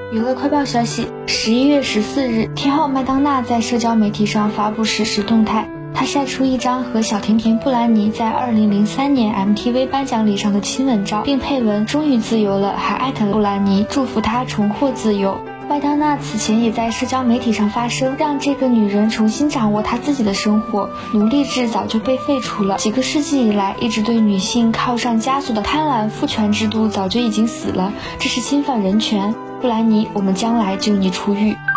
娱乐快报消息，11月14日，天后麦当娜在社交媒体上发布实时动态，她晒出一张和小甜甜布兰妮在2003年 MTV 颁奖礼上的亲吻照，并配文终于自由了，还艾特了布兰妮，祝福她重获自由。麦当娜此前也在社交媒体上发声，让这个女人重新掌握她自己的生活。奴隶制早就被废除了，几个世纪以来一直对女性铐上枷锁的贪婪父权制度早就已经死了，这是侵犯人权。布兰妮，我们将来就你出狱。